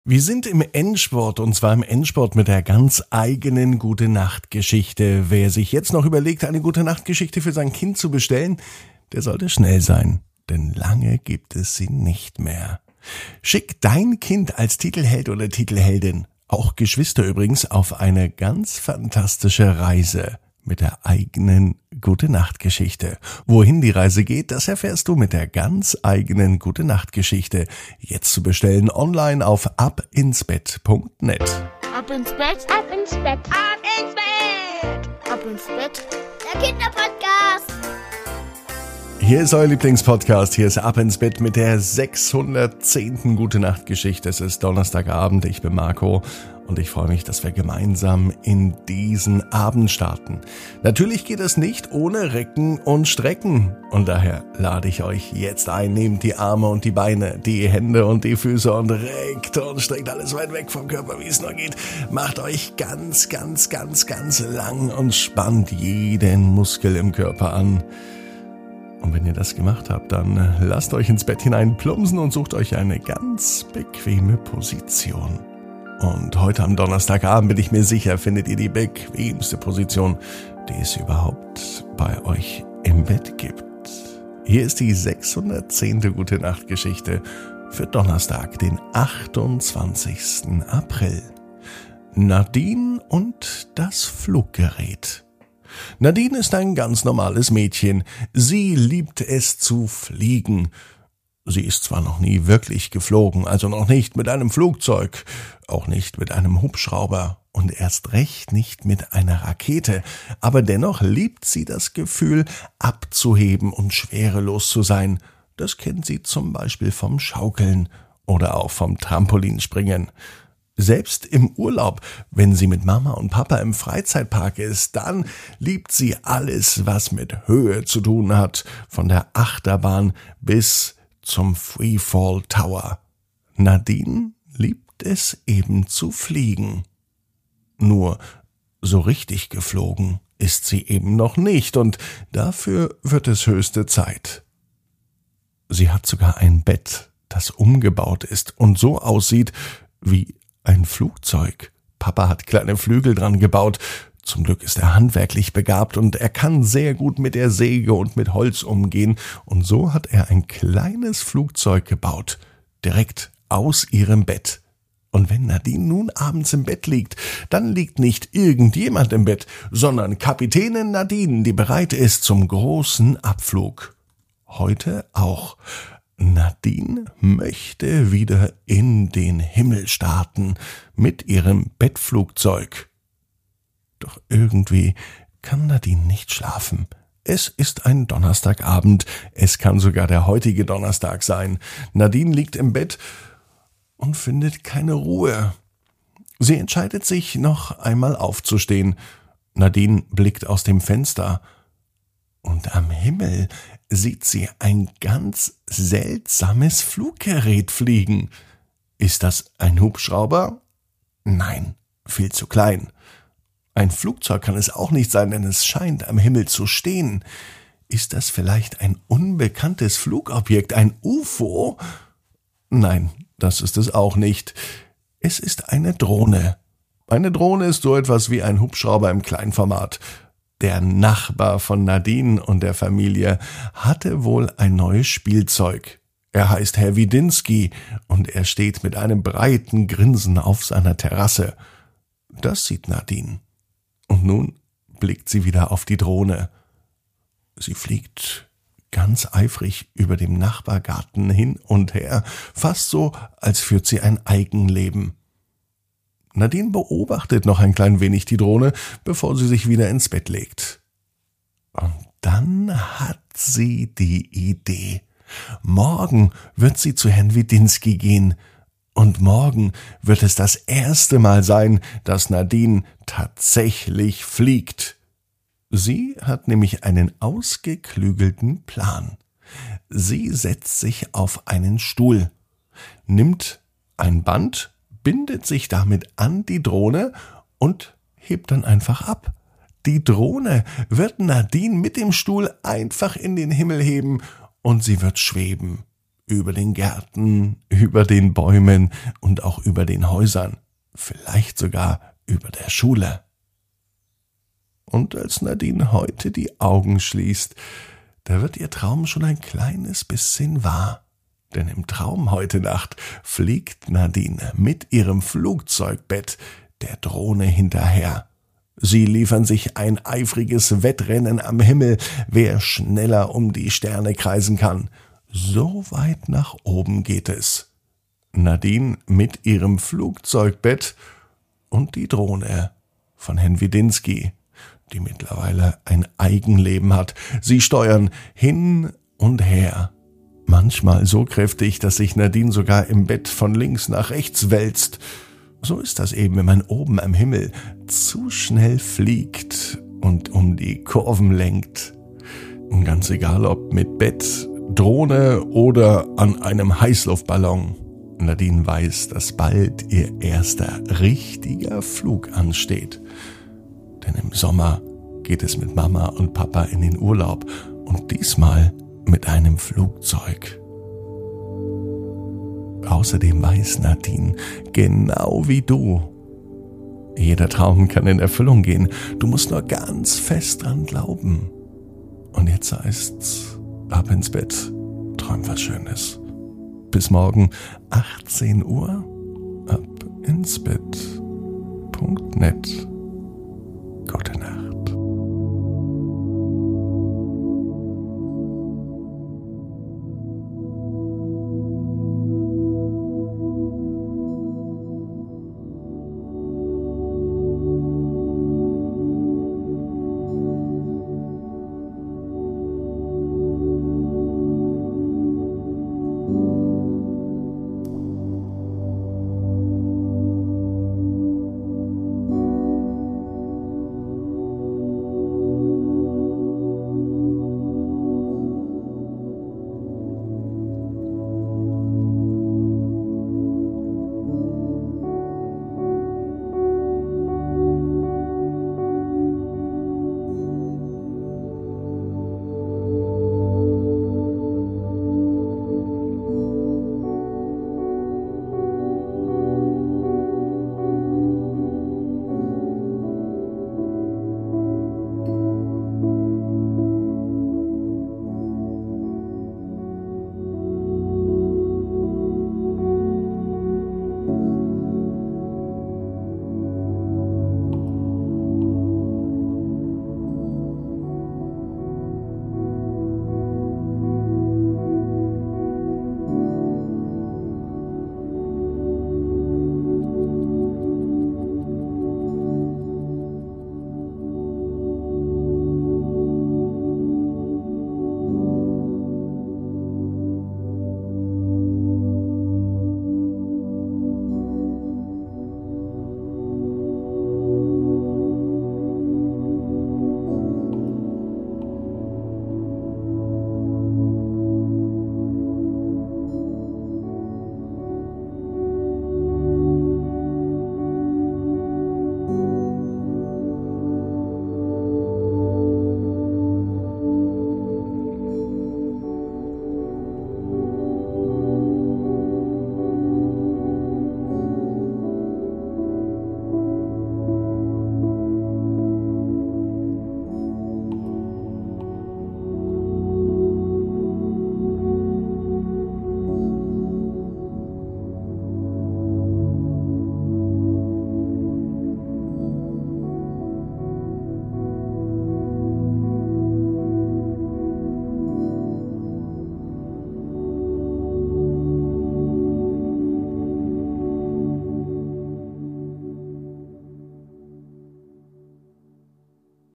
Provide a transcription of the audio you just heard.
Wir sind im Endspurt und zwar im Endspurt mit der ganz eigenen Gute-Nacht-Geschichte. Wer sich jetzt noch überlegt, eine Gute-Nacht-Geschichte für sein Kind zu bestellen, der sollte schnell sein, denn lange gibt es sie nicht mehr. Schick dein Kind als Titelheld oder Titelheldin, auch Geschwister übrigens, auf eine ganz fantastische Reise mit der eigenen Gute-Nacht-Geschichte. Wohin die Reise geht, das erfährst du mit der ganz eigenen Gute-Nacht-Geschichte. Jetzt zu bestellen online auf abinsbett.net. Ab ins Bett, ab ins Bett, ab ins Bett, ab ins Bett. Der Kinderpodcast. Hier ist euer Lieblingspodcast, hier ist Ab ins Bett mit der 610. Gute-Nacht-Geschichte. Es ist Donnerstagabend, ich bin Marco und ich freue mich, dass wir gemeinsam in diesen Abend starten. Natürlich geht es nicht ohne Recken und Strecken und daher lade ich euch jetzt ein, nehmt die Arme und die Beine, die Hände und die Füße und reckt und streckt alles weit weg vom Körper, wie es nur geht. Macht euch ganz lang und spannt jeden Muskel im Körper an. Und wenn ihr das gemacht habt, dann lasst euch ins Bett hinein plumpsen und sucht euch eine ganz bequeme Position. Und heute am Donnerstagabend bin ich mir sicher, findet ihr die bequemste Position, die es überhaupt bei euch im Bett gibt. Hier ist die 610. Gute-Nacht-Geschichte für Donnerstag, den 28. April. Nadine und das Fluggerät. Nadine ist ein ganz normales Mädchen. Sie liebt es zu fliegen. Sie ist zwar noch nie wirklich geflogen, also noch nicht mit einem Flugzeug, auch nicht mit einem Hubschrauber und erst recht nicht mit einer Rakete, aber dennoch liebt sie das Gefühl, abzuheben und schwerelos zu sein. Das kennt sie zum Beispiel vom Schaukeln oder auch vom Trampolinspringen. Selbst im Urlaub, wenn sie mit Mama und Papa im Freizeitpark ist, dann liebt sie alles, was mit Höhe zu tun hat, von der Achterbahn bis zum Freefall Tower. Nadine liebt es eben zu fliegen. Nur so richtig geflogen ist sie eben noch nicht und dafür wird es höchste Zeit. Sie hat sogar ein Bett, das umgebaut ist und so aussieht wie ein Flugzeug. Papa hat kleine Flügel dran gebaut. Zum Glück ist er handwerklich begabt und er kann sehr gut mit der Säge und mit Holz umgehen. Und so hat er ein kleines Flugzeug gebaut, direkt aus ihrem Bett. Und wenn Nadine nun abends im Bett liegt, dann liegt nicht irgendjemand im Bett, sondern Kapitänin Nadine, die bereit ist zum großen Abflug. Heute auch. Nadine möchte wieder in den Himmel starten mit ihrem Bettflugzeug. Doch irgendwie kann Nadine nicht schlafen. Es ist ein Donnerstagabend, es kann sogar der heutige Donnerstag sein. Nadine liegt im Bett und findet keine Ruhe. Sie entscheidet sich, noch einmal aufzustehen. Nadine blickt aus dem Fenster und am Himmel sieht sie ein ganz seltsames Fluggerät fliegen. Ist das ein Hubschrauber? Nein, viel zu klein. Ein Flugzeug kann es auch nicht sein, denn es scheint am Himmel zu stehen. Ist das vielleicht ein unbekanntes Flugobjekt, ein UFO? Nein, das ist es auch nicht. Es ist eine Drohne. Eine Drohne ist so etwas wie ein Hubschrauber im Kleinformat. Der Nachbar von Nadine und der Familie hatte wohl ein neues Spielzeug. Er heißt Herr Widinski und er steht mit einem breiten Grinsen auf seiner Terrasse. Das sieht Nadine. Und nun blickt sie wieder auf die Drohne. Sie fliegt ganz eifrig über dem Nachbargarten hin und her, fast so, als führt sie ein Eigenleben. Nadine beobachtet noch ein klein wenig die Drohne, bevor sie sich wieder ins Bett legt. Und dann hat sie die Idee. Morgen wird sie zu Herrn Widinski gehen. Und morgen wird es das erste Mal sein, dass Nadine tatsächlich fliegt. Sie hat nämlich einen ausgeklügelten Plan. Sie setzt sich auf einen Stuhl, nimmt ein Band, bindet sich damit an die Drohne und hebt dann einfach ab. Die Drohne wird Nadine mit dem Stuhl einfach in den Himmel heben und sie wird schweben. über den Gärten, über den Bäumen und auch über den Häusern, vielleicht sogar über der Schule. Und als Nadine heute die Augen schließt, da wird ihr Traum schon ein kleines bisschen wahr. Denn im Traum heute Nacht fliegt Nadine mit ihrem Flugzeugbett der Drohne hinterher. Sie liefern sich ein eifriges Wettrennen am Himmel, wer schneller um die Sterne kreisen kann. So weit nach oben geht es. Nadine mit ihrem Flugzeugbett und die Drohne von Hen Widinski, die mittlerweile ein Eigenleben hat. Sie steuern hin und her. Manchmal so kräftig, dass sich Nadine sogar im Bett von links nach rechts wälzt. So ist das eben, wenn man oben am Himmel zu schnell fliegt und um die Kurven lenkt. Ganz egal, ob mit Bett, Drohne oder an einem Heißluftballon. Nadine weiß, dass bald ihr erster richtiger Flug ansteht. Denn im Sommer geht es mit Mama und Papa in den Urlaub und diesmal mit einem Flugzeug. Außerdem weiß Nadine, genau wie du, jeder Traum kann in Erfüllung gehen. Du musst nur ganz fest dran glauben. Und jetzt heißt's, ab ins Bett, träum was Schönes. Bis morgen 18 Uhr, ab ins Bett.net.